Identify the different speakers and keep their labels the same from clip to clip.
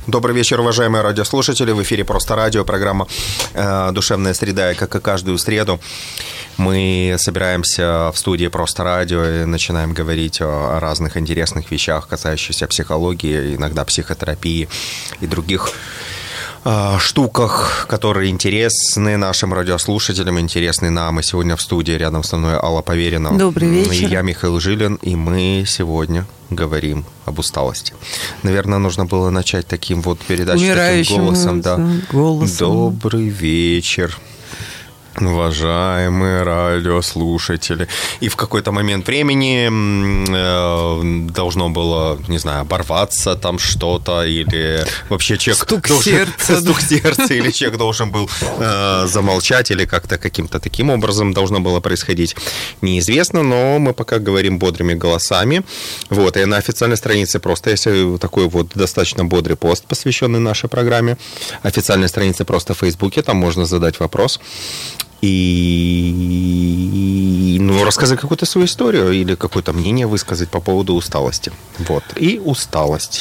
Speaker 1: Добрый вечер, уважаемые радиослушатели. В эфире «Просто радио», программа «Душевная среда». И как и каждую среду мы собираемся в студии «Просто радио» и начинаем говорить о разных интересных вещах, касающихся психологии, иногда психотерапии и других штуках, которые интересны нашим радиослушателям, интересны нам. И сегодня в студии рядом со мной Алла Поверина.
Speaker 2: Добрый вечер.
Speaker 1: И я, Михаил Жилин, и мы сегодня говорим об усталости. Наверное, нужно было начать таким вот передачей, таким голосом. Да. Добрый вечер, уважаемые радиослушатели. И в какой-то момент времени должно было, не знаю, оборваться там что-то, или вообще человек
Speaker 2: стук сердца,
Speaker 1: или человек должен был замолчать, или как-то каким-то таким образом должно было происходить. Неизвестно, но мы пока говорим бодрыми голосами. Вот, и на официальной странице «Просто» есть такой вот достаточно бодрый пост, посвященный нашей программе. Официальная страница «Просто» в Фейсбуке, там можно задать вопрос. И рассказать какую-то свою историю или какое-то мнение высказать по поводу усталости. Вот. И усталость.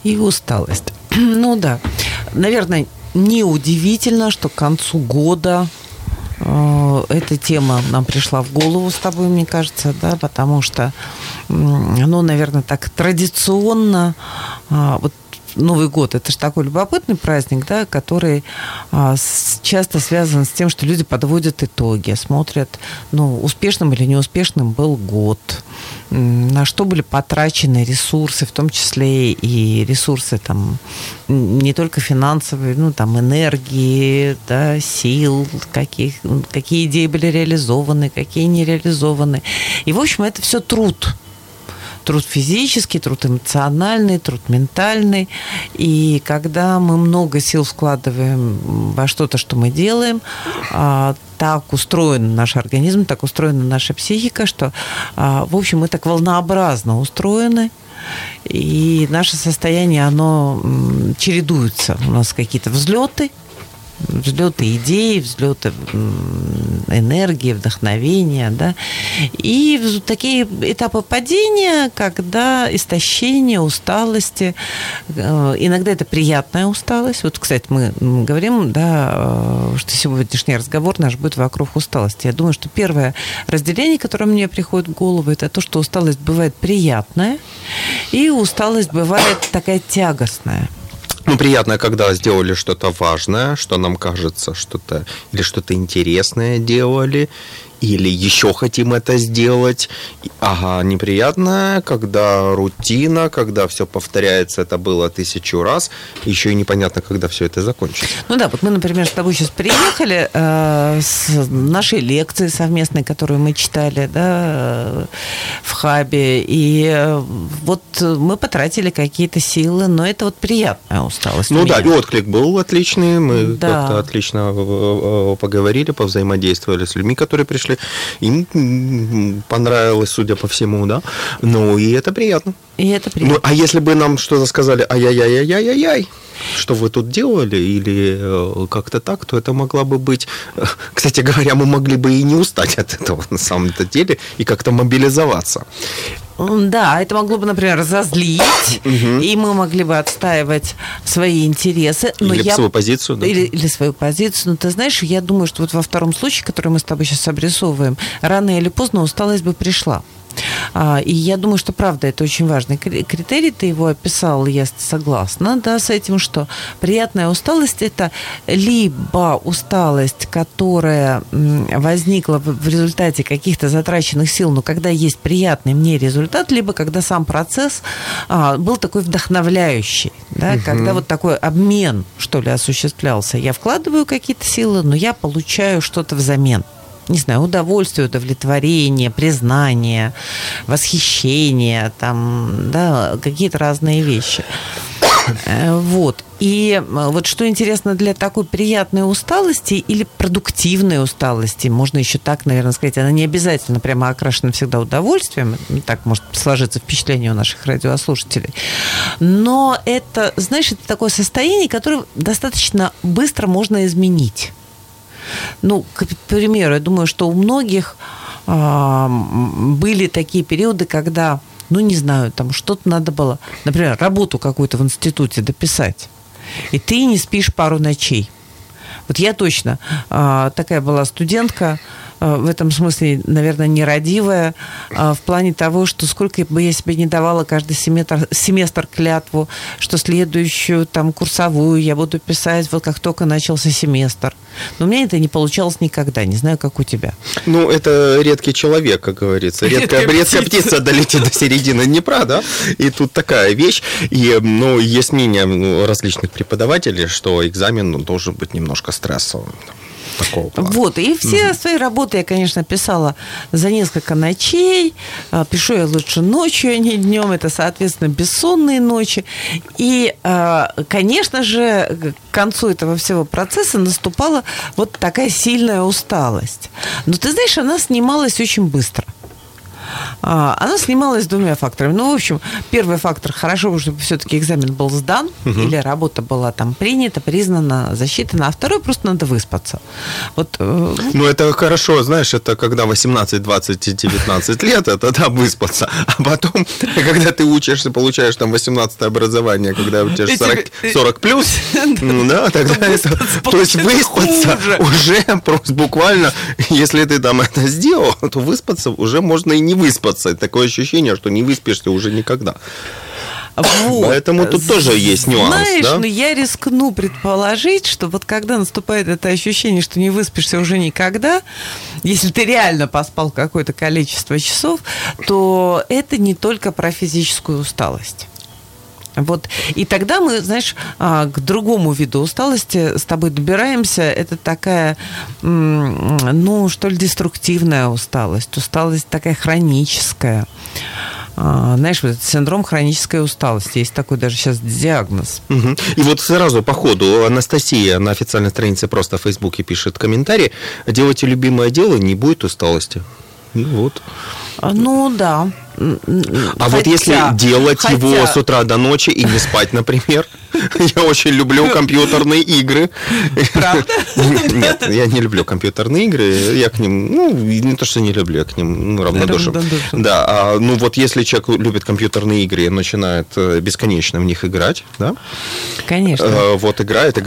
Speaker 2: Ну да. Наверное, неудивительно, что к концу года эта тема нам пришла в голову с тобой, мне кажется, да, потому что, наверное, так традиционно вот Новый год – это же такой любопытный праздник, да, который часто связан с тем, что люди подводят итоги, смотрят, успешным или неуспешным был год, на что были потрачены ресурсы, в том числе и ресурсы там, не только финансовые, энергии, да, сил, какие идеи были реализованы, какие не реализованы. И, в общем, это все труд. Труд физический, труд эмоциональный, труд ментальный. И когда мы много сил вкладываем во что-то, что мы делаем, так устроен наш организм, так устроена наша психика, что, в общем, мы так волнообразно устроены, и наше состояние, оно чередуется. У нас какие-то взлеты идей, взлеты энергии, вдохновения, да, и такие этапы падения, когда истощение, усталости, иногда это приятная усталость. Вот, кстати, мы говорим, да, что сегодняшний разговор наш будет вокруг усталости. Я думаю, что первое разделение, которое мне приходит в голову, это то, что усталость бывает приятная, и усталость бывает такая тягостная.
Speaker 1: Приятно, когда сделали что-то важное, что нам кажется, или что-то интересное делали, или еще хотим это сделать. Ага, неприятно, когда рутина, когда все повторяется, это было 1000 раз, еще и непонятно, когда все это закончится.
Speaker 2: Вот мы, например, с тобой сейчас приехали с нашей лекции совместной, которую мы читали, да, в хабе, и вот мы потратили какие-то силы, но это вот приятная усталость.
Speaker 1: И отклик был отличный, мы как-то отлично поговорили, повзаимодействовали с людьми, которые пришли. Им понравилось, судя по всему, да. И это приятно. А если бы нам что-то сказали, ай-яй-яй-яй-яй-яй, что вы тут делали, или как-то так, то это могло бы быть... Кстати говоря, мы могли бы и не устать от этого на самом-то деле, и как-то мобилизоваться.
Speaker 2: Да, это могло бы, например, разозлить, и мы могли бы отстаивать свои интересы.
Speaker 1: Свою позицию. Да?
Speaker 2: Или свою позицию. Но ты знаешь, я думаю, что вот во втором случае, который мы с тобой сейчас обрисовываем, рано или поздно усталость бы пришла. И я думаю, что, правда, это очень важный критерий. Ты его описал, я согласна, да, с этим, что приятная усталость – это либо усталость, которая возникла в результате каких-то затраченных сил, но когда есть приятный мне результат, либо когда сам процесс был такой вдохновляющий, да, когда вот такой обмен, что ли, осуществлялся. Я вкладываю какие-то силы, но я получаю что-то взамен. Не знаю, удовольствие, удовлетворение, признание, восхищение, там, да, какие-то разные вещи. Вот. И вот что интересно, для такой приятной усталости или продуктивной усталости, можно еще так, наверное, сказать, она не обязательно прямо окрашена всегда удовольствием, так может сложиться впечатление у наших радиослушателей, но это, знаешь, это такое состояние, которое достаточно быстро можно изменить. К примеру, я думаю, что у многих были такие периоды, когда, не знаю, там что-то надо было, например, работу какую-то в институте дописать. и ты не спишь пару ночей. Вот я точно такая была студентка, в этом смысле, наверное, нерадивая, в плане того, что сколько бы я себе не давала каждый семестр клятву, что следующую там курсовую я буду писать вот как только начался семестр. Но у меня это не получалось никогда, не знаю, как у тебя.
Speaker 1: Ну, это редкий человек, как говорится. Редкая птица долетит до середины Днепра, да? И тут такая вещь. И, есть мнение различных преподавателей, что экзамен должен быть немножко стрессовым.
Speaker 2: Вот, и все свои работы я, конечно, писала за несколько ночей. Пишу я лучше ночью, а не днем. Это, соответственно, бессонные ночи. И, конечно же, к концу этого всего процесса наступала вот такая сильная усталость. Но, ты знаешь, она снималась очень быстро. Она снималась двумя факторами. Ну, в общем, первый фактор, хорошо, чтобы все-таки экзамен был сдан, или работа была там принята, признана, засчитана, а второй просто надо выспаться. Вот.
Speaker 1: Ну, это хорошо, знаешь, это когда 18, 20, 19 лет, это да, выспаться. А потом, когда ты учишься, получаешь там 18-е образование, когда у тебя 40 плюс, да, тогда это... То есть выспаться уже просто буквально, если ты там это сделал, то выспаться уже можно и не выспаться. Такое ощущение, что не выспишься уже никогда. Вот. Поэтому тут тоже есть нюанс.
Speaker 2: Знаешь,
Speaker 1: да?
Speaker 2: Я рискну предположить, что вот когда наступает это ощущение, что не выспишься уже никогда, если ты реально поспал какое-то количество часов, то это не только про физическую усталость. Вот. И тогда мы, знаешь, к другому виду усталости с тобой добираемся. Это такая, что ли, деструктивная усталость. Усталость такая хроническая. Знаешь, вот этот синдром хронической усталости. Есть такой даже сейчас диагноз.
Speaker 1: Угу. И вот сразу по ходу Анастасия на официальной странице просто в Фейсбуке пишет комментарий: делайте любимое дело, не будет усталости. Вот.
Speaker 2: Ну, да.
Speaker 1: Вот если делать его с утра до ночи и не спать, например. Я очень люблю компьютерные игры.
Speaker 2: Правда?
Speaker 1: Нет, я не люблю компьютерные игры. Я к ним, не то, что не люблю, я к ним равнодушен. Да, вот если человек любит компьютерные игры и начинает бесконечно в них играть, да?
Speaker 2: Конечно.
Speaker 1: Вот играет,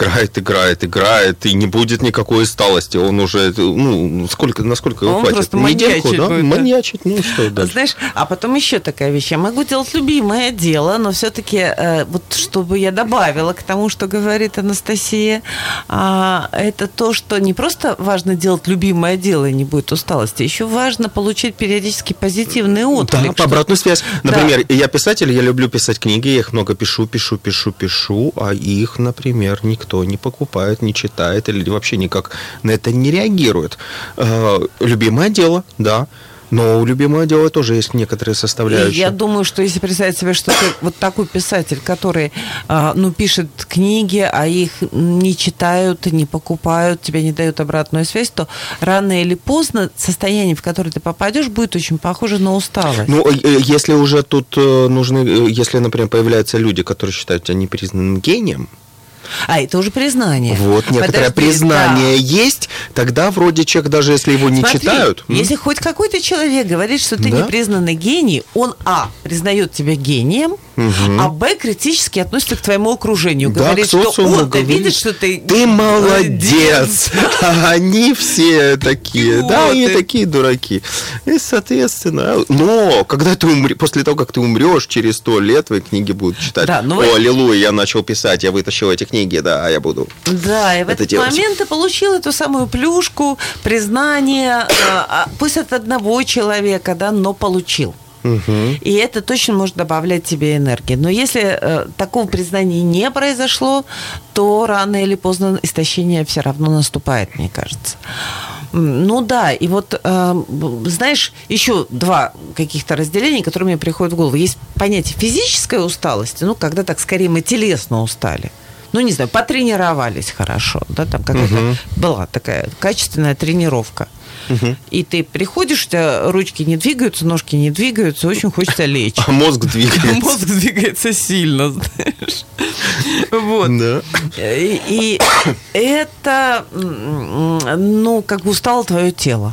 Speaker 1: и не будет никакой усталости. Он уже, насколько его хватит? Недельку, да? Маньячить, что дальше?
Speaker 2: Знаешь, а потом еще такая вещь. Я могу делать любимое дело, но все-таки, вот чтобы я добавила к тому, что говорит Анастасия, это то, что не просто важно делать любимое дело, и не будет усталости, еще важно получить периодически позитивный отклик.
Speaker 1: Да, обратную связь. Например, я писатель, я люблю писать книги, я их много пишу, а их, например, никто не покупает, не читает или вообще никак на это не реагирует. Любимое дело, да. Но у любимого дела тоже есть некоторые составляющие.
Speaker 2: Я думаю, что если представить себе, что ты вот такой писатель, который пишет книги, а их не читают, не покупают, тебе не дают обратную связь, то рано или поздно состояние, в которое ты попадешь, будет очень похоже на усталость.
Speaker 1: Если уже тут нужны, если, например, появляются люди, которые считают тебя непризнанным гением,
Speaker 2: это уже признание.
Speaker 1: Вот, некоторое признание есть, тогда вроде человек, даже если его не читают...
Speaker 2: Если хоть какой-то человек говорит, что ты непризнанный гений, он, признает тебя гением, а, критически относится к твоему окружению. Говорит, что он-то видит, что ты
Speaker 1: молодец, а они все такие, они такие дураки. И, соответственно... Но, когда ты после того, как ты умрешь, через 100 лет твои книги будут читать. Аллилуйя, я начал писать, я вытащил эти книги, я буду.
Speaker 2: Да, и в этот момент ты получил эту самую плюшку, признание, пусть от одного человека, но получил. И это точно может добавлять тебе энергии. Но если такого признания не произошло, то рано или поздно истощение все равно наступает, мне кажется. И вот, знаешь, еще два каких-то разделения, которые мне приходят в голову. Есть понятие физической усталости, когда так скорее мы телесно устали. Не знаю, потренировались хорошо, там какая-то была такая качественная тренировка. И ты приходишь, у тебя ручки не двигаются, ножки не двигаются, очень хочется лечь.
Speaker 1: А мозг двигается.
Speaker 2: Мозг двигается сильно, знаешь. Вот. Да. И это, как бы устало твое тело.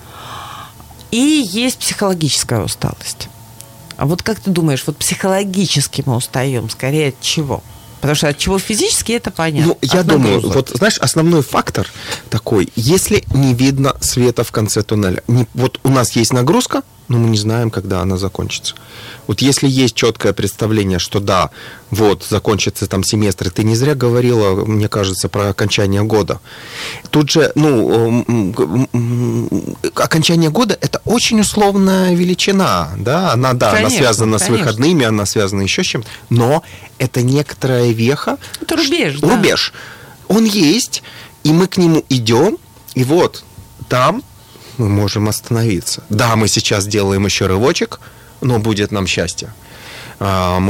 Speaker 2: И есть психологическая усталость. А вот как ты думаешь, психологически мы устаем скорее от чего? Потому что от чего физически, это понятно.
Speaker 1: Ну, я думаю, вот, знаешь, основной фактор такой, если не видно света в конце туннеля. Вот у нас есть нагрузка, но мы не знаем, когда она закончится. Вот если есть четкое представление, что да, вот, закончится там семестр, и ты не зря говорила, мне кажется, про окончание года. Тут же, окончание года – это очень условная величина, да, она, да, конечно, она связана с выходными, она связана еще с чем-то, но это некоторая веха.
Speaker 2: Это рубеж, да.
Speaker 1: Рубеж. Он есть, и мы к нему идем, и вот там мы можем остановиться. Да, мы сейчас делаем еще рывочек, но будет нам счастье. А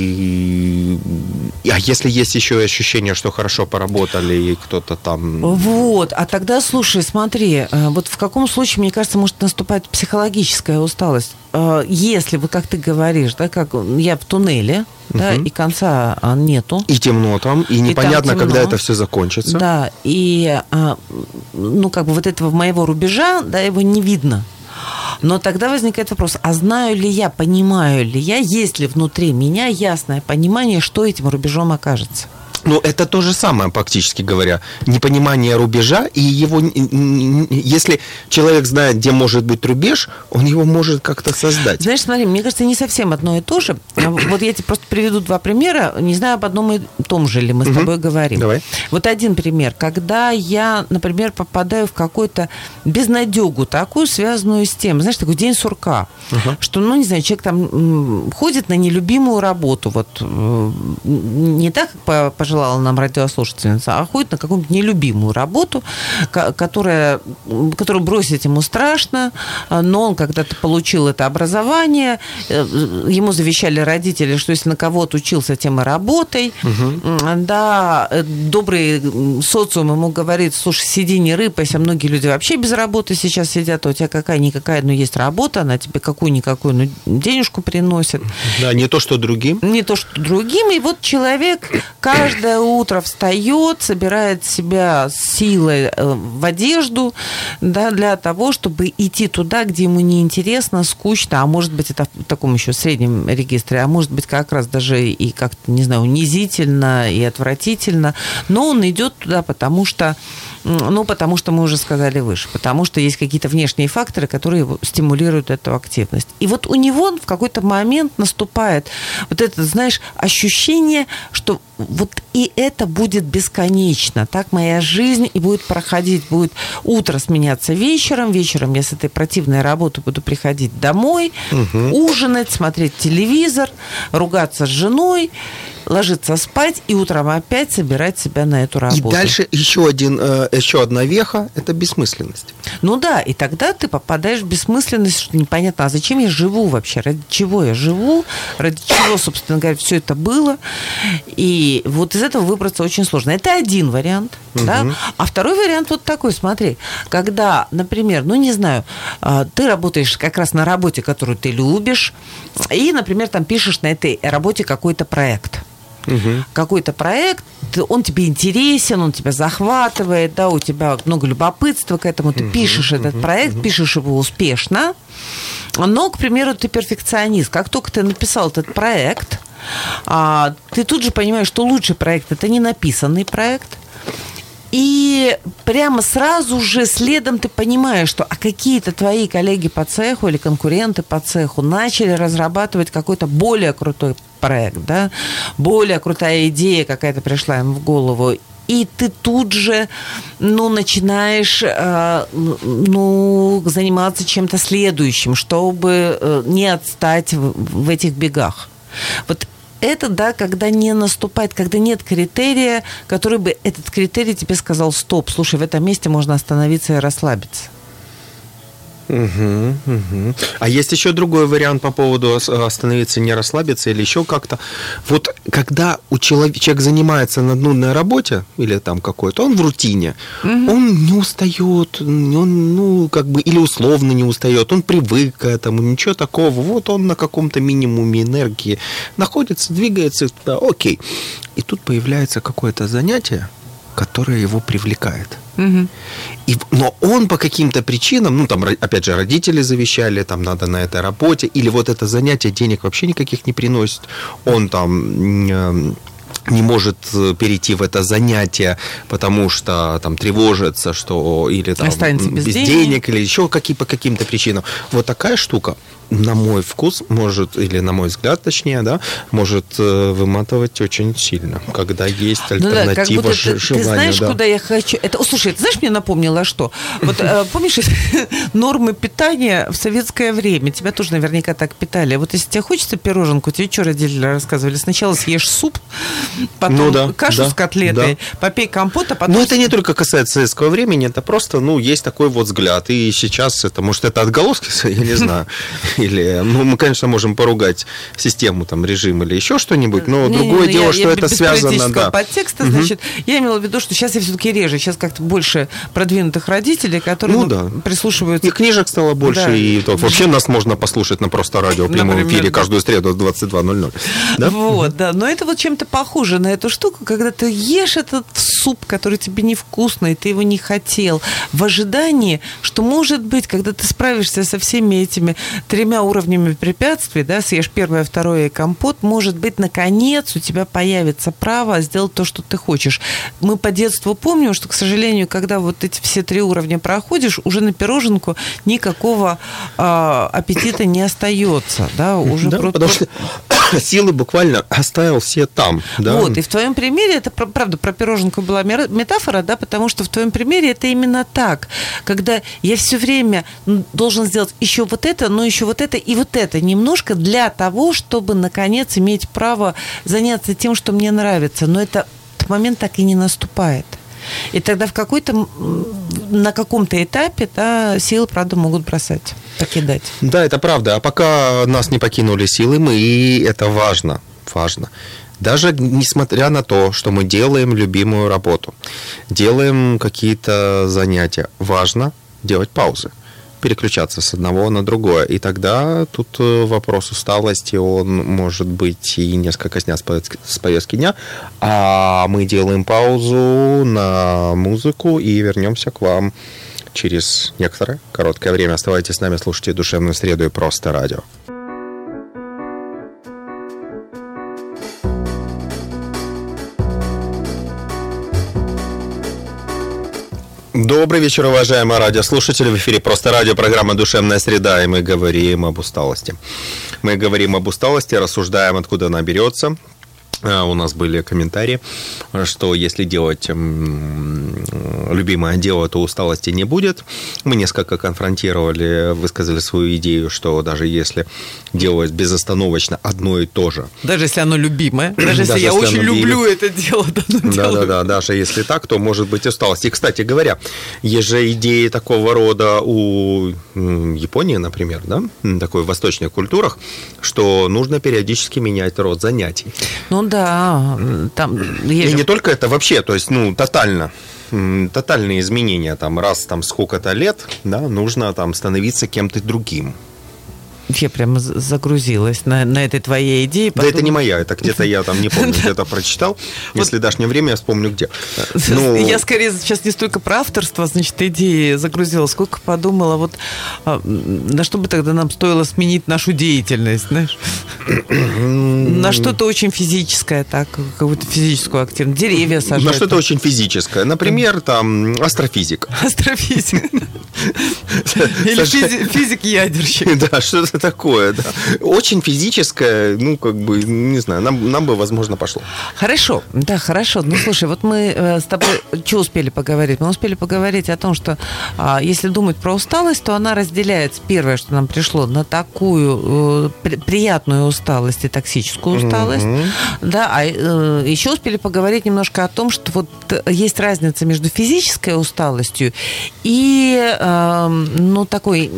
Speaker 1: если есть еще ощущение, что хорошо поработали, и кто-то там...
Speaker 2: Вот, а тогда, слушай, смотри, вот в каком случае, мне кажется, может наступать психологическая усталость. Если, вот как ты говоришь, да, как я в туннеле, да, и конца нету.
Speaker 1: И темно там, и непонятно, когда это все закончится.
Speaker 2: Да, и, как бы вот этого моего рубежа, да, его не видно. Но тогда возникает вопрос, а знаю ли я, понимаю ли я, есть ли внутри меня ясное понимание, что этим рубежом окажется?
Speaker 1: Ну, это то же самое, практически говоря. Непонимание рубежа, и его... Если человек знает, где может быть рубеж, он его может как-то создать.
Speaker 2: Знаешь, смотри, мне кажется, не совсем одно и то же. Вот я тебе просто приведу два примера. Не знаю, об одном и том же ли мы с тобой говорим.
Speaker 1: Давай.
Speaker 2: Вот один пример. Когда я, например, попадаю в какую-то безнадегу такую, связанную с тем, знаешь, такой день сурка, что, не знаю, человек там ходит на нелюбимую работу. Вот не так, как пожелала нам радиослушательница, а ходит на какую-нибудь нелюбимую работу, которую бросить ему страшно, но он когда-то получил это образование, ему завещали родители, что если на кого-то учился, тем и работай. Да, добрый социум ему говорит, слушай, сиди, не рыпайся, многие люди вообще без работы сейчас сидят, а у тебя какая-никакая, но есть работа, она тебе какую-никакую, но денежку приносит.
Speaker 1: Да, не то, что другим.
Speaker 2: Не то, что другим, и вот человек каждое утро встает, собирает себя силой в одежду, да, для того, чтобы идти туда, где ему неинтересно, скучно, а может быть, это в таком еще среднем регистре, а может быть, как раз даже и как-то, не знаю, унизительно и отвратительно, но он идет туда, потому что мы уже сказали выше, потому что есть какие-то внешние факторы, которые стимулируют эту активность. И вот у него в какой-то момент наступает вот это, знаешь, ощущение, что вот и это будет бесконечно. Так моя жизнь и будет проходить. Будет утро сменяться вечером. Вечером я с этой противной работы буду приходить домой, ужинать, смотреть телевизор, ругаться с женой, ложиться спать и утром опять собирать себя на эту работу.
Speaker 1: И дальше еще одна веха – это бессмысленность.
Speaker 2: Ну да, и тогда ты попадаешь в бессмысленность, что непонятно, а зачем я живу вообще, ради чего я живу, ради чего, собственно говоря, все это было. И вот из этого выбраться очень сложно. Это один вариант. Да? А второй вариант вот такой, смотри, когда, например, не знаю, ты работаешь как раз на работе, которую ты любишь, и, например, там пишешь на этой работе какой-то проект. Какой-то проект, он тебе интересен, он тебя захватывает, да, у тебя много любопытства к этому, ты пишешь этот проект, пишешь его успешно, но, к примеру, ты перфекционист. Как только ты написал этот проект, ты тут же понимаешь, что лучший проект – это не написанный проект. И прямо сразу же следом ты понимаешь, что какие-то твои коллеги по цеху или конкуренты по цеху начали разрабатывать какой-то более крутой проект, да, более крутая идея какая-то пришла им в голову. И ты тут же, начинаешь, заниматься чем-то следующим, чтобы не отстать в этих бегах. Вот это, да, когда не наступает, когда нет критерия, который бы этот критерий тебе сказал: стоп, слушай, в этом месте можно остановиться и расслабиться.
Speaker 1: А есть еще другой вариант по поводу остановиться, не расслабиться или еще как-то. Вот когда человек занимается на нудной работе или там какой-то, он в рутине, он не устает, он, или условно не устает, он привык к этому, ничего такого. Вот он на каком-то минимуме энергии находится, двигается, да, окей. И тут появляется какое-то занятие, которое его привлекает. Но он по каким-то причинам, опять же, родители завещали, там надо на этой работе, или вот это занятие денег вообще никаких не приносит, он там не может перейти в это занятие, потому что там тревожится, что или там
Speaker 2: останется без
Speaker 1: денег, или еще по каким-то причинам. Вот такая штука, на мой вкус, может, или на мой взгляд, точнее, да, может выматывать очень сильно, когда есть альтернатива желанию.
Speaker 2: Ты знаешь, куда я хочу? Это, слушай, ты знаешь, мне напомнило, что? Вот помнишь, нормы питания в советское время, тебя тоже наверняка так питали. Вот если тебе хочется пироженку, тебе что родители рассказывали? Сначала съешь суп, потом кашу с котлетой, попей компот, а потом...
Speaker 1: Но это не только касается советского времени, это просто, есть такой вот взгляд. И сейчас это, может, это отголоски, я не знаю. Или, мы, конечно, можем поругать систему, там, режим или еще что-нибудь, но другое дело, что это связано...
Speaker 2: Да. Подтекста, значит, я имела в виду, что сейчас я все-таки реже, сейчас как-то больше продвинутых родителей, которые прислушиваются...
Speaker 1: И книжек стало больше, и вообще нас можно послушать на Просто радио в прямом эфире каждую среду в 22:00. Да?
Speaker 2: Вот, да, но это вот чем-то похоже на эту штуку, когда ты ешь этот суп, который тебе невкусный, ты его не хотел, в ожидании, что, может быть, когда ты справишься со всеми этими 3 уровнями препятствий, да, съешь первое, второе и компот, может быть, наконец у тебя появится право сделать то, что ты хочешь. Мы по детству помним, что, к сожалению, когда вот эти все 3 уровня проходишь, уже на пироженку никакого аппетита не остается, да, уже
Speaker 1: потому что силы буквально оставил все там, да.
Speaker 2: Вот, и в твоем примере, это, правда, про пироженку была метафора, да, потому что в твоем примере это именно так, когда я все время должен сделать еще вот это, но еще вот это и вот это немножко для того, чтобы, наконец, иметь право заняться тем, что мне нравится, но этот момент так и не наступает. И тогда на каком-то этапе, да, силы, правда, могут бросать, покидать.
Speaker 1: Да, это правда. А пока нас не покинули силы, и это важно. Даже несмотря на то, что мы делаем любимую работу, делаем какие-то занятия, важно делать паузы, переключаться с одного на другое. И тогда тут вопрос усталости, он может быть и несколько снят с повестки дня, а мы делаем паузу на музыку и вернемся к вам через некоторое короткое время. Оставайтесь с нами, слушайте «Душевную среду» и «Просто радио». Добрый вечер, уважаемые радиослушатели. В эфире «Просто радио», программа «Душевная среда», и мы говорим об усталости. Мы говорим об усталости, рассуждаем, откуда она берется. У нас были комментарии, что если делать любимое дело, то усталости не будет. Мы несколько конфронтировали, высказали свою идею, что даже если делать безостановочно одно и то же.
Speaker 2: Даже если оно любимое, даже если я очень люблю это дело.
Speaker 1: Да, даже если так, то может быть усталость. И, кстати говоря, есть же идеи такого рода у Японии, например, да, такой в восточных культурах, что нужно периодически менять род занятий.
Speaker 2: Ну да, там...
Speaker 1: И не только это, вообще, то есть, тотальные изменения, там, раз там сколько-то лет, да, нужно там становиться кем-то другим.
Speaker 2: Я прямо загрузилась на этой твоей идее.
Speaker 1: Да это не моя, это где-то я там, не помню, где-то прочитал. Если дашь мне время, я вспомню где.
Speaker 2: Я скорее сейчас не столько про авторство, значит, идеи загрузила, сколько подумала, вот на что бы тогда нам стоило сменить нашу деятельность, знаешь? На что-то очень физическое, так, какую-то физическую активность, деревья сажать.
Speaker 1: На что-то очень физическое, например, там, астрофизик.
Speaker 2: Астрофизик. Или физик-ядерщик.
Speaker 1: Да, что-то такое, да. Очень физическое, не знаю, нам бы, возможно, пошло.
Speaker 2: Хорошо, да, хорошо. Ну, слушай, вот мы с тобой что успели поговорить? Мы успели поговорить о том, что если думать про усталость, то она разделяется, первое, что нам пришло, на такую приятную усталость и токсическую усталость. Да, а еще успели поговорить немножко о том, что вот есть разница между физической усталостью и, такой...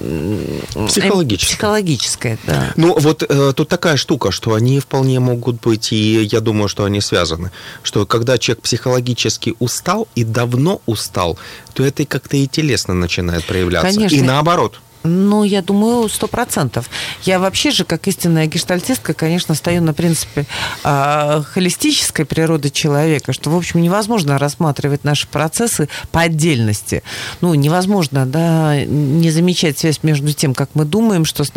Speaker 2: Психологическая, да.
Speaker 1: Ну, вот тут такая штука, что они вполне могут быть, и я думаю, что они связаны. Что когда человек психологически устал и давно устал, то это как-то и телесно начинает проявляться.
Speaker 2: Конечно.
Speaker 1: И наоборот.
Speaker 2: Ну, я думаю, 100%. Я вообще же, как истинная гештальтистка, конечно, стою на принципе холистической природы человека, что, в общем, невозможно рассматривать наши процессы по отдельности. Ну, невозможно, да, не замечать связь между тем, как мы думаем, что с нами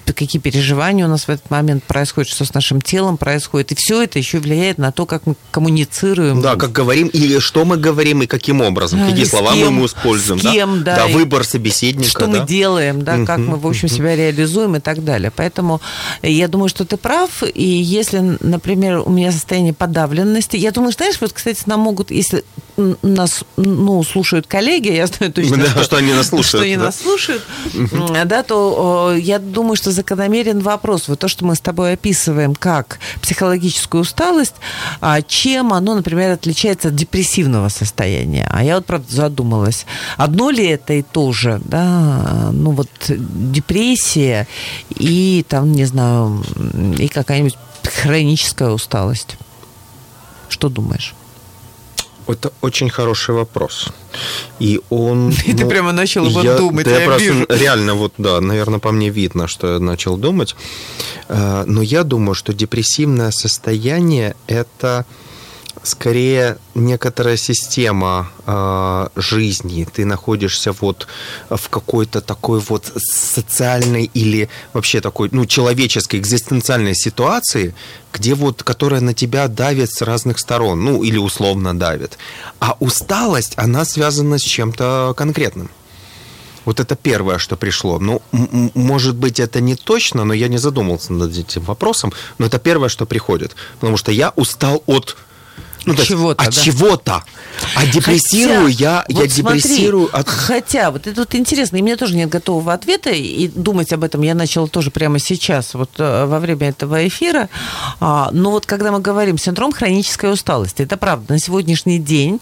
Speaker 2: какие переживания у нас в этот момент происходят, что с нашим телом происходит. И все это еще влияет на то, как мы коммуницируем.
Speaker 1: Да, как говорим, или что мы говорим, и каким образом, какие слова мы используем.
Speaker 2: С кем,
Speaker 1: да, выбор собеседника.
Speaker 2: Что мы делаем, да, как мы, в общем, себя реализуем и так далее. Поэтому я думаю, что ты прав. И если, например, у меня состояние подавленности, я думаю, знаешь, вот, кстати, нам могут, если нас, слушают коллеги, я знаю точно,
Speaker 1: что они нас слушают.
Speaker 2: Что они нас слушают, да, то я думаю, что закономерен вопрос. Вот то, что мы с тобой описываем как психологическую усталость, чем оно, например, отличается от депрессивного состояния. А я вот, правда, задумалась, одно ли это и то же, да, депрессия и, там, не знаю, и какая-нибудь хроническая усталость. Что думаешь?
Speaker 1: Это очень хороший вопрос. И он...
Speaker 2: ты прямо начал его думать,
Speaker 1: я просто
Speaker 2: вижу.
Speaker 1: Реально, наверное, по мне видно, что я начал думать. Но я думаю, что депрессивное состояние – это скорее некоторая система жизни. Ты находишься в какой-то такой социальной или вообще такой, человеческой, экзистенциальной ситуации, которая на тебя давит с разных сторон, или условно давит. А усталость, она связана с чем-то конкретным. Вот это первое, что пришло. Может быть, это не точно, но я не задумался над этим вопросом, но это первое, что приходит. Потому что я устал от
Speaker 2: чего-то.
Speaker 1: Чего-то. А депрессирую я депрессирую от...
Speaker 2: Хотя, это интересно, и мне тоже нет готового ответа, и думать об этом я начала тоже прямо сейчас, во время этого эфира. Но когда мы говорим синдром хронической усталости, это правда, на сегодняшний день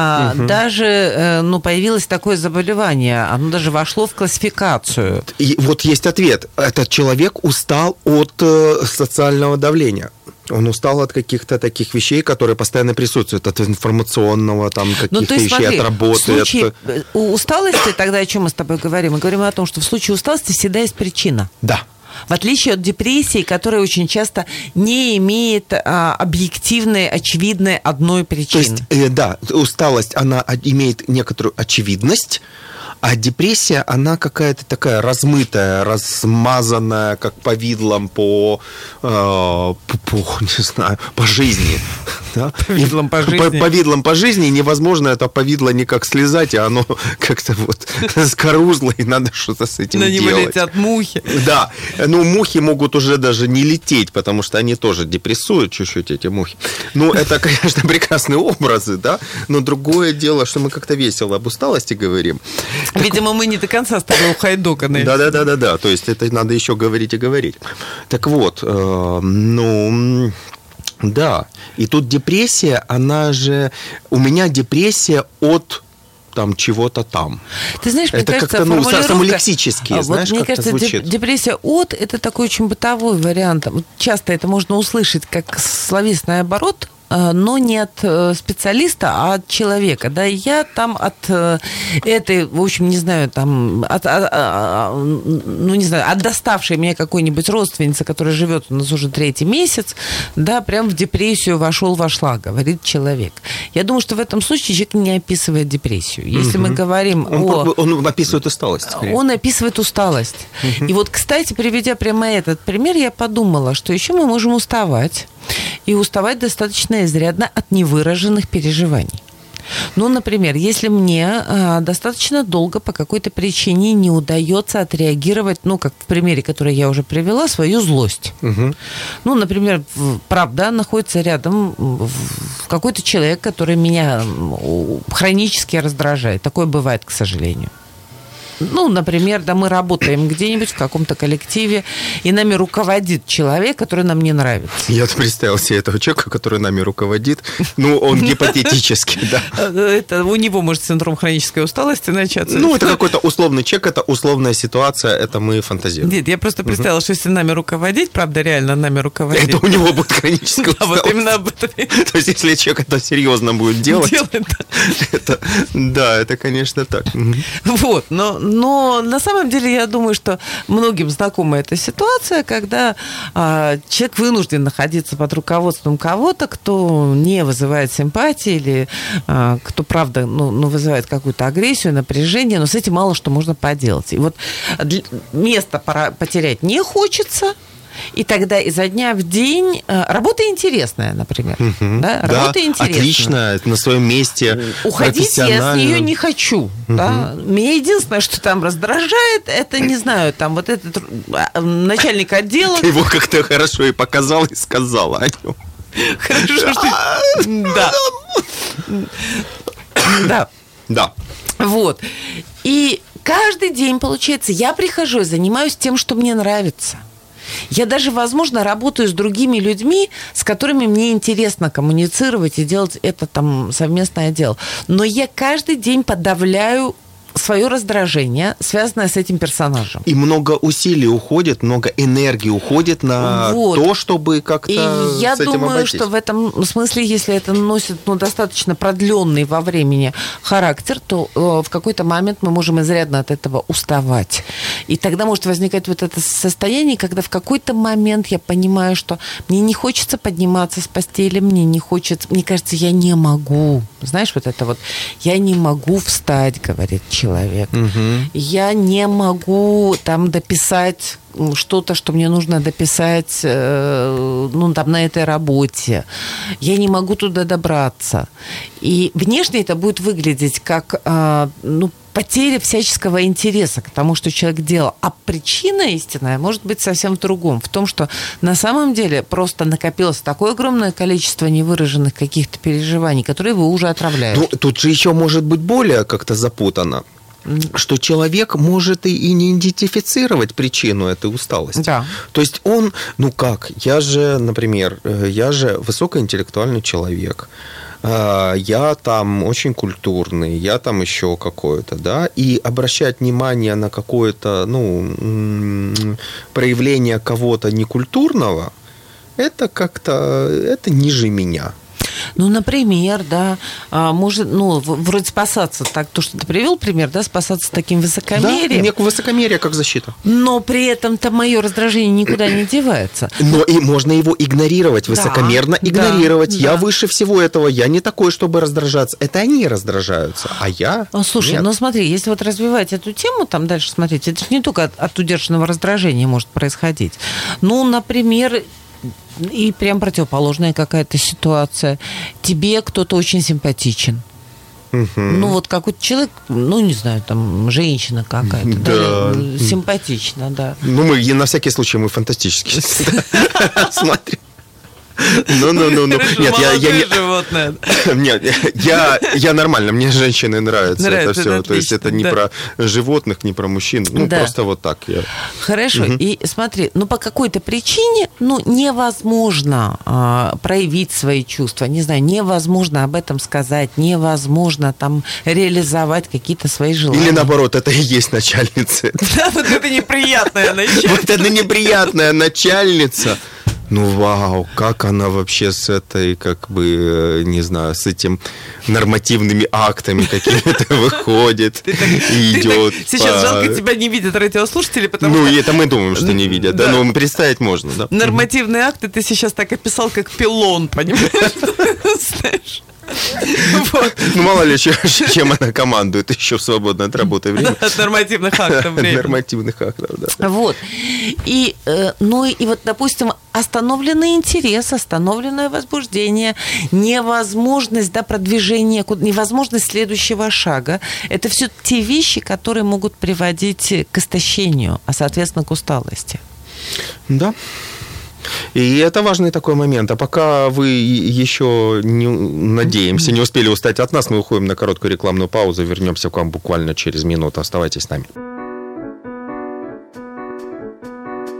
Speaker 2: даже появилось такое заболевание, оно даже вошло в классификацию.
Speaker 1: И есть ответ. Этот человек устал от социального давления. Он устал от каких-то таких вещей, которые постоянно присутствуют, от информационного, каких-то вещей, от работы. В
Speaker 2: случае усталости, тогда о чем мы с тобой говорим? Мы говорим о том, что в случае усталости всегда есть причина.
Speaker 1: Да.
Speaker 2: В отличие от депрессии, которая очень часто не имеет объективной, очевидной одной причины.
Speaker 1: То есть, усталость, она имеет некоторую очевидность, а депрессия, она какая-то такая размытая, размазанная, как повидлом по жизни. Да?
Speaker 2: Повидлом по жизни.
Speaker 1: Повидлом по жизни. Невозможно это повидло никак слезать, а оно как-то скорузло, и надо что-то с этим делать.
Speaker 2: На него летят мухи.
Speaker 1: Да. Мухи могут уже даже не лететь, потому что они тоже депрессуют чуть-чуть, эти мухи. Это, конечно, прекрасные образы, да, но другое дело, что мы как-то весело об усталости говорим.
Speaker 2: Видимо, мы не до конца с тобой ухайдоканы.
Speaker 1: Да. То есть это надо еще говорить и говорить. Так вот, да. И тут депрессия, она же... У меня депрессия от чего-то там.
Speaker 2: Ты знаешь, мне
Speaker 1: это
Speaker 2: кажется,
Speaker 1: как-то самолексически, знаешь,
Speaker 2: мне
Speaker 1: как-то
Speaker 2: кажется,
Speaker 1: звучит.
Speaker 2: Депрессия от – это такой очень бытовой вариант. Часто это можно услышать как словесный оборот, но не от специалиста, а от человека. Да, я от этой, в общем, не знаю, от доставшей меня какой-нибудь родственницы, которая живет у нас уже 3-й месяц, да, прям в депрессию вошла, говорит человек. Я думаю, что в этом случае человек не описывает депрессию. Если мы говорим
Speaker 1: Он описывает усталость. Скорее.
Speaker 2: Он описывает усталость. И кстати, приведя прямо этот пример, я подумала, что еще мы можем уставать. И уставать достаточно изрядно от невыраженных переживаний. Например, если мне достаточно долго по какой-то причине не удается отреагировать, как в примере, который я уже привела, свою злость. Например, правда, находится рядом какой-то человек, который меня хронически раздражает. Такое бывает, к сожалению. Например, мы работаем где-нибудь в каком-то коллективе, и нами руководит человек, который нам не нравится.
Speaker 1: Я представил себе этого человека, который нами руководит. Он гипотетически, да.
Speaker 2: Это у него может синдром хронической усталости начаться.
Speaker 1: Это какой-то условный человек, это условная ситуация, это мы фантазируем.
Speaker 2: Нет, я просто представила, что если нами руководить, правда, реально нами руководить.
Speaker 1: Это у него будет хроническая усталость.
Speaker 2: Именно об этом.
Speaker 1: То есть, если человек это серьезно будет делать, это, конечно, так.
Speaker 2: Но на самом деле я думаю, что многим знакома эта ситуация, когда человек вынужден находиться под руководством кого-то, кто не вызывает симпатии или кто, правда, вызывает какую-то агрессию, напряжение, но с этим мало что можно поделать. И вот место потерять не хочется. И тогда изо дня в день... Работа интересная, например. Да? Работа интересная.
Speaker 1: Отлично, на своем месте.
Speaker 2: Уходить я с нее не хочу. Да? Меня единственное, что там раздражает, это, не знаю, там вот этот начальник отдела...
Speaker 1: Ты его как-то хорошо и показал, и сказала о нем.
Speaker 2: Хорошо, что... Да.
Speaker 1: Да.
Speaker 2: Вот. И каждый день, получается, я прихожу и занимаюсь тем, что мне нравится. Я даже, возможно, работаю с другими людьми, с которыми мне интересно коммуницировать и делать это там совместное дело. Но я каждый день подавляю свое раздражение, связанное с этим персонажем.
Speaker 1: И много усилий уходит, много энергии уходит на то, чтобы как-то
Speaker 2: и я
Speaker 1: с этим
Speaker 2: думаю,
Speaker 1: обойтись.
Speaker 2: что в этом смысле, если это носит достаточно продленный во времени характер, то в какой-то момент мы можем изрядно от этого уставать. И тогда может возникать вот это состояние, когда в какой-то момент я понимаю, что мне не хочется подниматься с постели, мне кажется, я не могу. Знаешь, вот это вот, я не могу встать, говорит человек. Я не могу там дописать что-то, что мне нужно дописать на этой работе. Я не могу туда добраться. И внешне это будет выглядеть как потеря всяческого интереса к тому, что человек делал. А причина истинная может быть совсем в другом. В том, что на самом деле просто накопилось такое огромное количество невыраженных каких-то переживаний, которые его уже отравляют.
Speaker 1: Тут же еще может быть более как-то запутано. Что человек может и не идентифицировать причину этой усталости.
Speaker 2: Да.
Speaker 1: То есть он, я же, например, высокоинтеллектуальный человек, я там очень культурный, я там еще какое-то, да, и обращать внимание на какое-то, проявление кого-то некультурного, это как-то, это ниже меня.
Speaker 2: Например, да, может, вроде спасаться, так, то, что ты привел пример, да, спасаться таким высокомерием.
Speaker 1: Да, высокомерие как защита.
Speaker 2: Но при этом-то мое раздражение никуда не девается.
Speaker 1: Но и можно его игнорировать, высокомерно игнорировать. Я выше всего этого, я не такой, чтобы раздражаться. Это они раздражаются, а я
Speaker 2: Слушай,
Speaker 1: нет.
Speaker 2: Смотри, если вот развивать эту тему, там дальше смотреть, это же не только от удержанного раздражения может происходить. Например... И прям противоположная какая-то ситуация. Тебе кто-то очень симпатичен. Какой-то человек, не знаю, там, женщина какая-то, симпатична, да.
Speaker 1: Мы на всякий случай мы фантастически смотрим. Нет, я нормально, мне женщины нравятся, это все. То есть это не про животных, не про мужчин, просто вот так.
Speaker 2: Хорошо, и смотри, по какой-то причине, невозможно проявить свои чувства, не знаю, невозможно об этом сказать, невозможно там реализовать какие-то свои желания.
Speaker 1: Или наоборот, это и есть начальница.
Speaker 2: Да, вот это неприятная начальница.
Speaker 1: Вот это неприятная начальница. Вау, как она вообще с этой, не знаю, с этим нормативными актами какими-то выходит и идет.
Speaker 2: Сейчас жалко, тебя не видят радиослушатели, потому что...
Speaker 1: это мы думаем, что не видят, да, но представить можно, да.
Speaker 2: Нормативные акты ты сейчас так описал, как пилон, понимаешь? Знаешь?
Speaker 1: Мало ли, чем она командует еще в свободное от работы время.
Speaker 2: От нормативных актов времени.
Speaker 1: Нормативных актов, да.
Speaker 2: Вот. И вот, допустим, остановленный интерес, остановленное возбуждение, невозможность продвижения, невозможность следующего шага. Это все те вещи, которые могут приводить к истощению, а, соответственно, к усталости.
Speaker 1: Да. И это важный такой момент. А пока вы еще, надеемся, не успели устать от нас, мы уходим на короткую рекламную паузу. Вернемся к вам буквально через минуту. Оставайтесь с нами.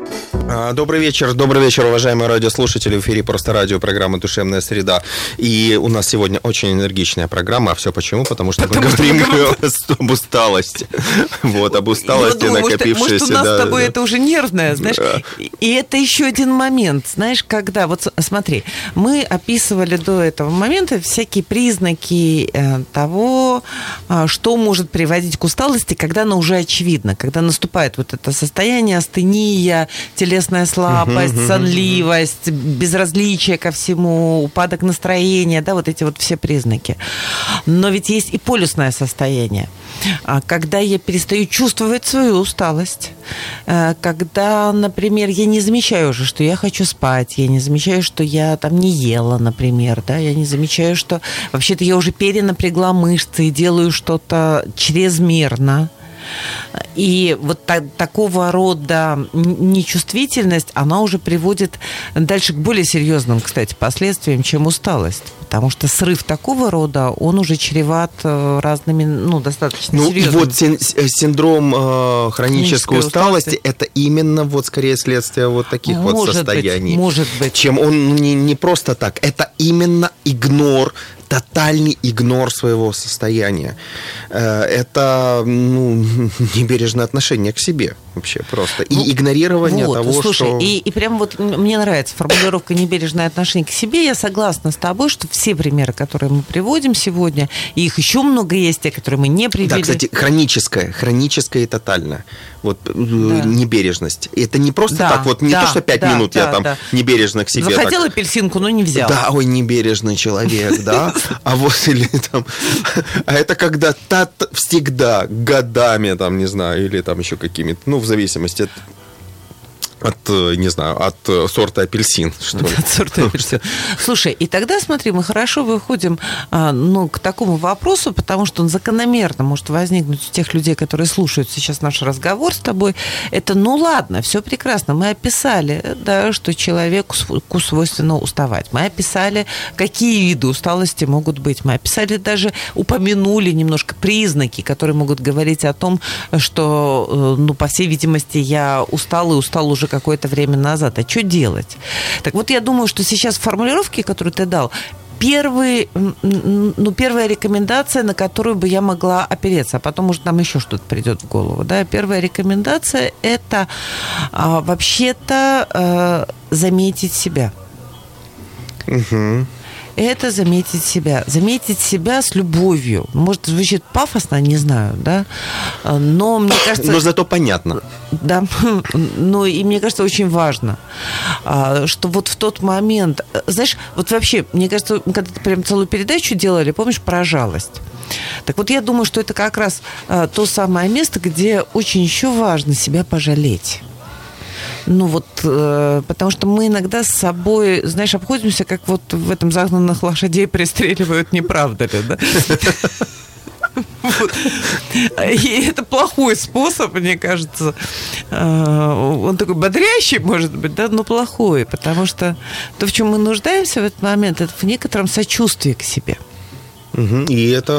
Speaker 1: Добрый вечер, уважаемые радиослушатели. В эфире «Просто радио», программа «Душевная среда». И у нас сегодня очень энергичная программа. А все почему? Потому что мы говорим об усталости. Вот, об усталости, накопившейся.
Speaker 2: Может, у нас с тобой это уже нервное, знаешь. И это еще один момент, знаешь, когда... Вот смотри, мы описывали до этого момента всякие признаки того, что может приводить к усталости, когда она уже очевидна, когда наступает вот это состояние астения, телесная слабость, сонливость, безразличие ко всему, упадок настроения, да, вот эти вот все признаки. Но ведь есть и полюсное состояние, когда я перестаю чувствовать свою усталость, когда, например, я не замечаю уже, что я хочу спать, я не замечаю, что я там не ела, например, да, я не замечаю, что вообще-то я уже перенапрягла мышцы и делаю что-то чрезмерно. И вот такого рода нечувствительность, она уже приводит дальше к более серьезным, кстати, последствиям, чем усталость. Потому что срыв такого рода, он уже чреват разными, достаточно серьезными.
Speaker 1: И вот синдром хронической усталости, это именно вот скорее следствие вот таких вот состояний.
Speaker 2: Может быть.
Speaker 1: Чем он не просто так, это именно тотальный игнор своего состояния. Это небережное отношение к себе вообще просто. И игнорирование того,
Speaker 2: слушай,
Speaker 1: что...
Speaker 2: И прям вот мне нравится формулировка «небережное отношение к себе». Я согласна с тобой, что все примеры, которые мы приводим сегодня, и их еще много есть, те, которые мы не привели.
Speaker 1: Да, кстати, хроническая и тотальная. Вот небережность. Это не просто так, вот не то, что 5 минут я там небережно к себе.
Speaker 2: Захотел апельсинку, но не взял.
Speaker 1: Да, ой, небережный человек, да. А вот или там... А это когда всегда, годами, там, не знаю, или там еще какими-то, в зависимости от сорта апельсин, что ли.
Speaker 2: От сорта апельсин. Слушай, и тогда, смотри, мы хорошо выходим к такому вопросу, потому что он закономерно может возникнуть у тех людей, которые слушают сейчас наш разговор с тобой. Это, ладно, все прекрасно. Мы описали, да, что человеку свойственно уставать. Мы описали, какие виды усталости могут быть. Мы описали, даже упомянули немножко признаки, которые могут говорить о том, что, по всей видимости, я устал уже какое-то время назад. А что делать? Так вот, я думаю, что сейчас в формулировке, которую ты дал, первая рекомендация, на которую бы я могла опереться, а потом, может, нам еще что-то придет в голову. Да? Первая рекомендация – это вообще-то заметить себя.
Speaker 1: Угу.
Speaker 2: Это заметить себя. Заметить себя с любовью. Может, звучит пафосно, не знаю, да? Но мне кажется...
Speaker 1: Но зато понятно.
Speaker 2: Да. И мне кажется, очень важно, что вот в тот момент... Знаешь, вот вообще, мне кажется, когда ты прям целую передачу делали, помнишь, про жалость? Так вот, я думаю, что это как раз то самое место, где очень еще важно себя пожалеть. Потому что мы иногда с собой, знаешь, обходимся, как вот в этом «Загнанных лошадей пристреливают», не правда ли, да? И это плохой способ, мне кажется. Он такой бодрящий, может быть, да, но плохой, потому что то, в чем мы нуждаемся в этот момент, это в некотором сочувствии к себе.
Speaker 1: И это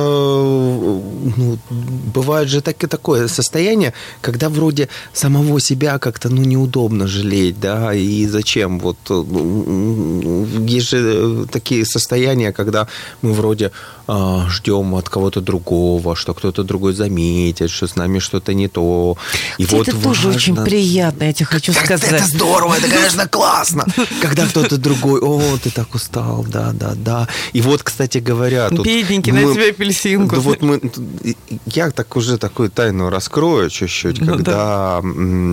Speaker 1: бывает же такое состояние, когда вроде самого себя как-то неудобно жалеть, да, и зачем? Вот есть же такие состояния, когда мы вроде ждем от кого-то другого, что кто-то другой заметит, что с нами что-то не то. И
Speaker 2: вот это тоже очень приятно, я тебе хочу сказать.
Speaker 1: Это здорово, это, конечно, классно, когда кто-то другой, ты так устал, да. И вот, кстати говоря, тут...
Speaker 2: Бедненький, на тебе апельсинку.
Speaker 1: Да вот я так уже такую тайну раскрою чуть-чуть, когда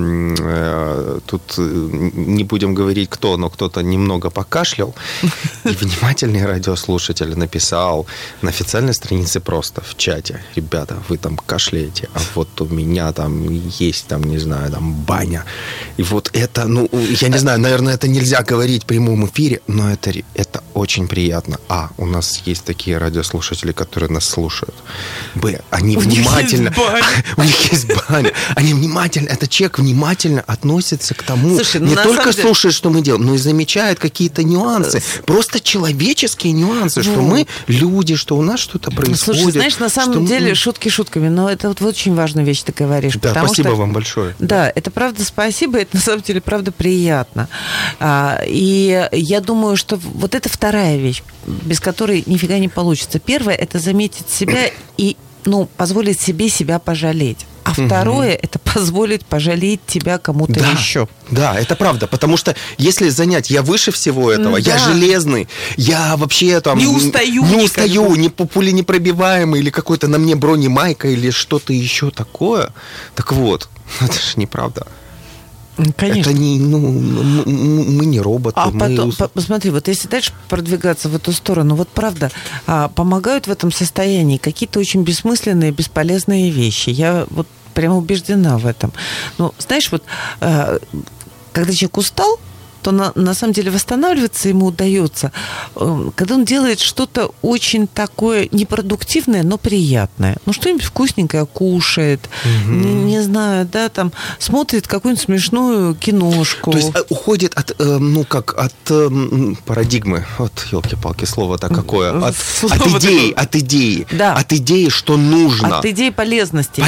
Speaker 1: тут не будем говорить кто, но кто-то немного покашлял, и внимательный радиослушатель написал на официальной странице просто в чате: ребята, вы там кашляете, а вот у меня там есть, там, не знаю, там баня. И вот это, я не знаю, наверное, это нельзя говорить в прямом эфире, но это очень приятно. У нас есть такие радиослушатели, которые нас слушают. Они внимательно... У них есть баня. Они внимательно... Этот человек внимательно относится к тому...
Speaker 2: Слушай,
Speaker 1: не только слушает, что мы делаем, но и замечает какие-то нюансы. Просто человеческие нюансы, что мы люди, что у нас что-то происходит.
Speaker 2: Слушай, знаешь, на самом деле, шутки шутками, но это вот очень важную вещь ты говоришь.
Speaker 1: Да, спасибо вам большое.
Speaker 2: Да, это правда спасибо, это на самом деле правда приятно. И я думаю, что вот это вторая вещь, без которой нифига не получится. Первое – это заметить себя и позволить себе себя пожалеть. А второе – это позволить пожалеть тебя кому-то еще.
Speaker 1: Да, это правда. Потому что если занять, я выше всего этого, я железный, я вообще там...
Speaker 2: Не устаю,
Speaker 1: не пуленепробиваемый, или какой-то на мне бронемайка, или что-то еще такое. Так вот, это же неправда.
Speaker 2: Конечно.
Speaker 1: Это не, мы не роботы.
Speaker 2: Потом, посмотри, вот если дальше продвигаться в эту сторону, вот правда, помогают в этом состоянии какие-то очень бессмысленные, бесполезные вещи. Я вот прямо убеждена в этом. Но, знаешь, вот когда человек устал, то на самом деле восстанавливаться ему удается, когда он делает что-то очень такое непродуктивное, но приятное. Что-нибудь вкусненькое кушает, не знаю, да, там, смотрит какую-нибудь смешную киношку.
Speaker 1: То есть уходит от парадигмы, елки-палки, слово-то какое, от идеи,
Speaker 2: да.
Speaker 1: От идеи, что нужно.
Speaker 2: От идеи полезности.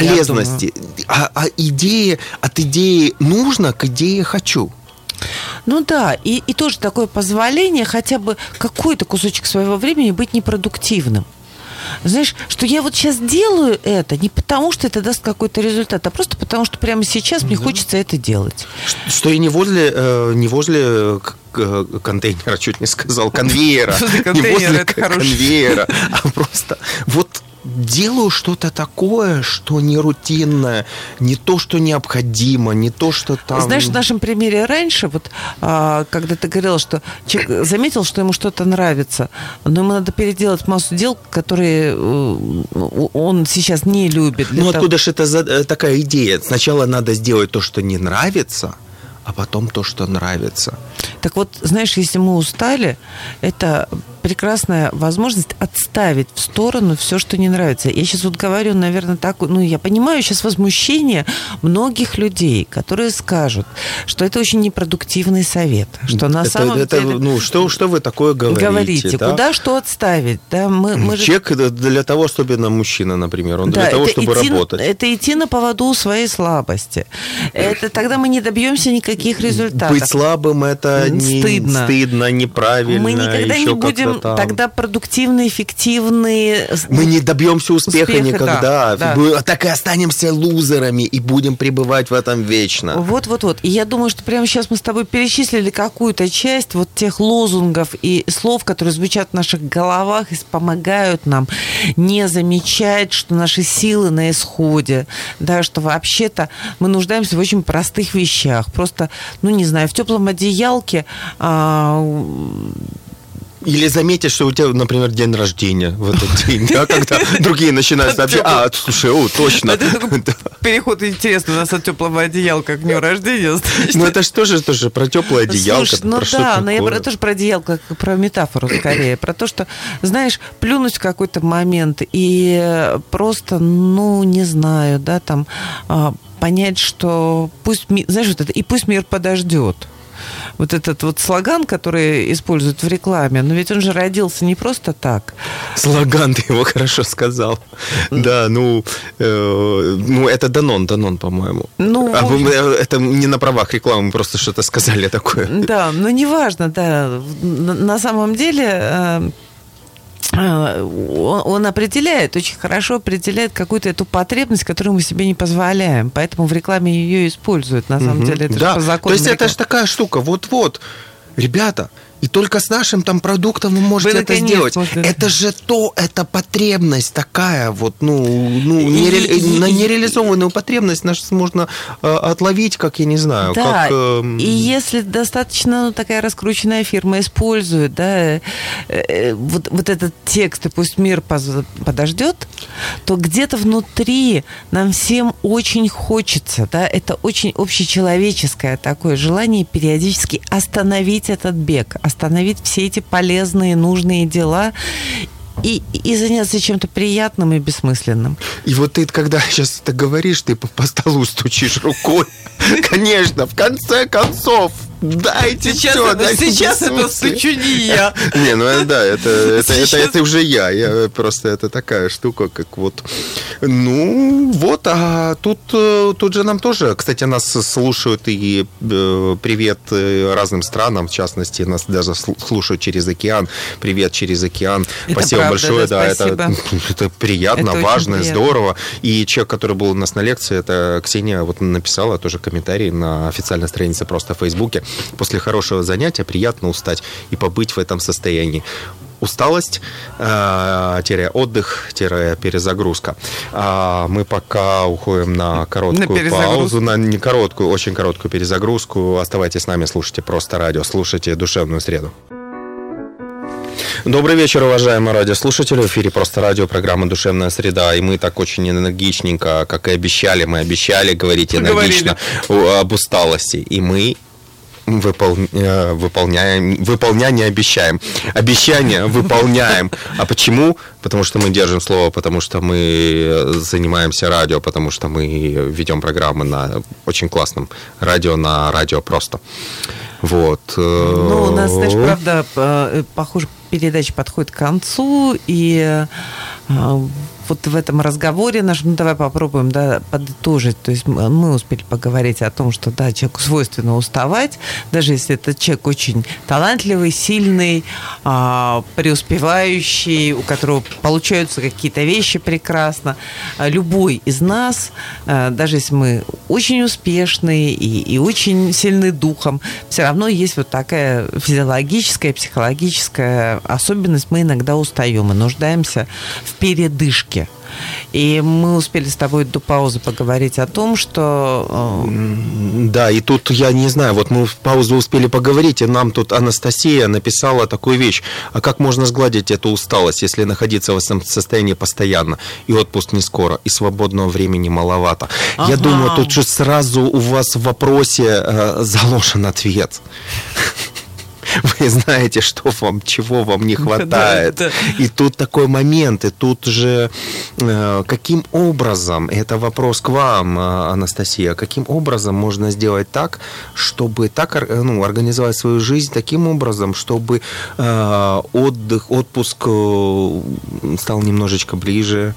Speaker 1: От идеи нужно к идее хочу.
Speaker 2: Да, и тоже такое позволение хотя бы какой-то кусочек своего времени быть непродуктивным. Знаешь, что я вот сейчас делаю это не потому, что это даст какой-то результат, а просто потому, что прямо сейчас мне хочется это делать.
Speaker 1: Что я не возле контейнера, чуть не сказал, конвейера. Не возле конвейера, а просто вот делаю что-то такое, что не рутинное, не то, что необходимо, не то, что там...
Speaker 2: Знаешь, в нашем примере раньше, вот, когда ты говорила, что человек заметил, что ему что-то нравится, но ему надо переделать массу дел, которые он сейчас не любит.
Speaker 1: Откуда же это такая идея? Сначала надо сделать то, что не нравится, а потом то, что нравится.
Speaker 2: Так вот, знаешь, если мы устали, это прекрасная возможность отставить в сторону все, что не нравится. Я сейчас вот говорю, наверное, так, я понимаю сейчас возмущение многих людей, которые скажут, что это очень непродуктивный совет, что на самом деле...
Speaker 1: Что вы такое говорите? Да?
Speaker 2: Куда что отставить? Да?
Speaker 1: Человек для того, особенно мужчина, например, он для того, чтобы работать.
Speaker 2: Это идти на поводу у своей слабости. Тогда мы не добьемся никаких результатов.
Speaker 1: Быть слабым – это стыдно, неправильно.
Speaker 2: Мы никогда не будем тогда продуктивные, эффективные.
Speaker 1: Мы не добьемся успеха никогда.
Speaker 2: Да.
Speaker 1: Мы так и останемся лузерами и будем пребывать в этом вечно.
Speaker 2: Вот. И я думаю, что прямо сейчас мы с тобой перечислили какую-то часть вот тех лозунгов и слов, которые звучат в наших головах и помогают нам не замечать, что наши силы на исходе, да, что вообще-то мы нуждаемся в очень простых вещах. Просто, не знаю, в теплом одеялке...
Speaker 1: Или заметишь, что у тебя, например, день рождения в этот день, да, когда другие начинают сообщать, слушай, точно.
Speaker 2: Переход интересный у нас от теплого одеялка к дню рождения.
Speaker 1: Это же тоже про теплое одеялко.
Speaker 2: Слушай, но я тоже про одеялко, как про метафору скорее, про то, что, знаешь, плюнуть в какой-то момент и просто, не знаю, да, там, понять, что пусть, знаешь, вот это, и пусть мир подождет. Вот этот вот слоган, который используют в рекламе, но ведь он же родился не просто так.
Speaker 1: Слоган, ты его хорошо сказал. Да, это Данон, по-моему. Это не на правах рекламы, мы просто что-то сказали такое.
Speaker 2: Да, но неважно, да. На самом деле... Он очень хорошо определяет какую-то эту потребность, которую мы себе не позволяем. Поэтому в рекламе ее используют. На самом деле, это же по закону.
Speaker 1: То есть это же такая штука. Вот, ребята, и только с нашим там продуктом вы можете это сделать. Это же эта потребность такая, нереализованную потребность можно отловить, как, я не знаю.
Speaker 2: Да, и если достаточно такая раскрученная фирма использует, да, вот этот текст, и пусть мир подождет, то где-то внутри нам всем очень хочется, да, это очень общечеловеческое такое желание периодически остановить этот бег, остановить все эти полезные, нужные дела и заняться чем-то приятным и бессмысленным.
Speaker 1: И вот ты, когда сейчас это говоришь, ты по столу стучишь рукой. Конечно, в конце концов, дайте все.
Speaker 2: Сейчас это стучу не я.
Speaker 1: Не, ну да, это уже я. Просто это такая штука, как вот... Ну, вот, а тут же нам тоже, кстати, нас слушают и привет разным странам, в частности, нас даже слушают через океан. Привет через океан. Спасибо большое, да, это приятно, важно, здорово. И человек, который был у нас на лекции, это Ксения, вот написала тоже комментарий на официальной странице просто в Фейсбуке. После хорошего занятия приятно устать и побыть в этом состоянии. Усталость, отдых, перезагрузка. Мы пока уходим на короткую паузу, на не короткую, очень короткую перезагрузку. Оставайтесь с нами, слушайте просто радио, слушайте «Душевную среду». Добрый вечер, уважаемые радиослушатели. В эфире «Просто радио», программа «Душевная среда». И мы так очень энергичненько, как и обещали, говорить энергично об усталости. И мы выполнение обещаем. Обещания выполняем. А почему? Потому что мы держим слово, потому что мы занимаемся радио, потому что мы ведем программы на очень классном радио, на радио «Просто». Вот.
Speaker 2: Ну, у нас, знаешь, правда, похоже, передача подходит к концу, и вот в этом разговоре нашем, давай попробуем, да, подытожить. То есть мы успели поговорить о том, что, да, человеку свойственно уставать, даже если этот человек очень талантливый, сильный, преуспевающий, у которого получаются какие-то вещи прекрасно. Любой из нас, даже если мы очень успешные и очень сильны духом, все равно есть вот такая физиологическая, психологическая особенность. Мы иногда устаем и нуждаемся в передышке. И мы успели с тобой до паузы поговорить о том, что...
Speaker 1: Да, и тут, я не знаю, вот мы в паузу успели поговорить, и нам тут Анастасия написала такую вещь. А как можно сгладить эту усталость, если находиться в этом состоянии постоянно, и отпуск не скоро, и свободного времени маловато? Я думаю, тут же сразу у вас в вопросе заложен ответ. Вы знаете, что вам, чего вам не хватает. Да. И тут такой момент, и тут же каким образом, это вопрос к вам, Анастасия, каким образом можно сделать так, чтобы так, организовать свою жизнь таким образом, чтобы отпуск стал немножечко ближе,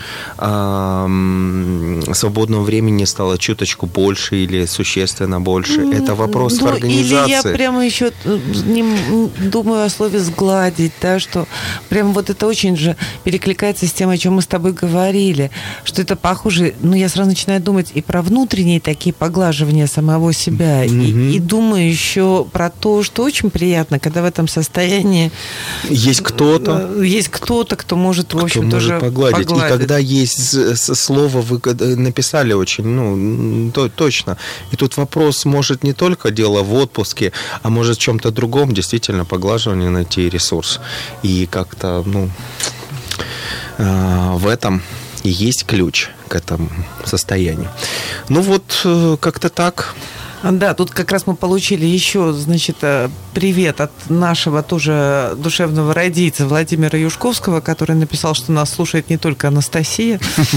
Speaker 1: свободного времени стало чуточку больше или существенно больше. Это вопрос в организации.
Speaker 2: Или я прямо еще думаю о слове «сгладить», да, что прям вот это очень же перекликается с тем, о чем мы с тобой говорили, что это похоже, я сразу начинаю думать и про внутренние такие поглаживания самого себя, и думаю еще про то, что очень приятно, когда в этом состоянии есть кто-то, кто может, в общем, тоже погладить.
Speaker 1: И когда есть слово, вы написали очень, точно. И тут вопрос, может, не только дело в отпуске, а может в чем-то другом, действительно, поглаживание, найти ресурс. И как-то, в этом и есть ключ к этому состоянию. Как-то так.
Speaker 2: Да, тут как раз мы получили еще, привет от нашего тоже душевного радийца Владимира Юшковского, который написал, что нас слушает не только Анастасия.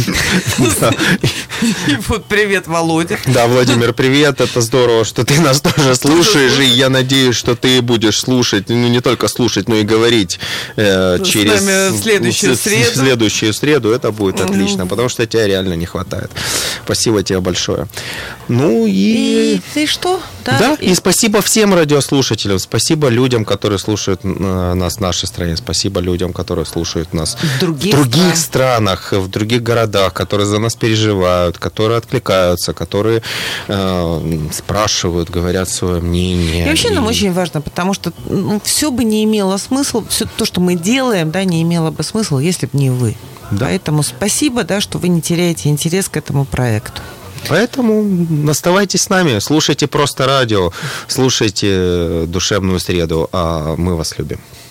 Speaker 2: И вот привет, Володя.
Speaker 1: Да, Владимир, привет. Это здорово, что ты нас тоже слушаешь. И я надеюсь, что ты будешь слушать, не только слушать, но и говорить через следующую среду. Это будет отлично, потому что тебя реально не хватает. Спасибо тебе большое.
Speaker 2: И что?
Speaker 1: Да, и спасибо всем радиослушателям, спасибо людям, которые слушают нас в нашей стране, спасибо людям, которые слушают нас в других странах, в других городах, которые за нас переживают, которые откликаются, которые спрашивают, говорят свое мнение.
Speaker 2: И вообще нам очень важно, потому что все бы не имело смысла, все то, что мы делаем, не имело бы смысла, если бы не вы. Да. Поэтому спасибо, что вы не теряете интерес к этому проекту.
Speaker 1: Поэтому оставайтесь с нами, слушайте просто радио, слушайте «Душевную среду», а мы вас любим.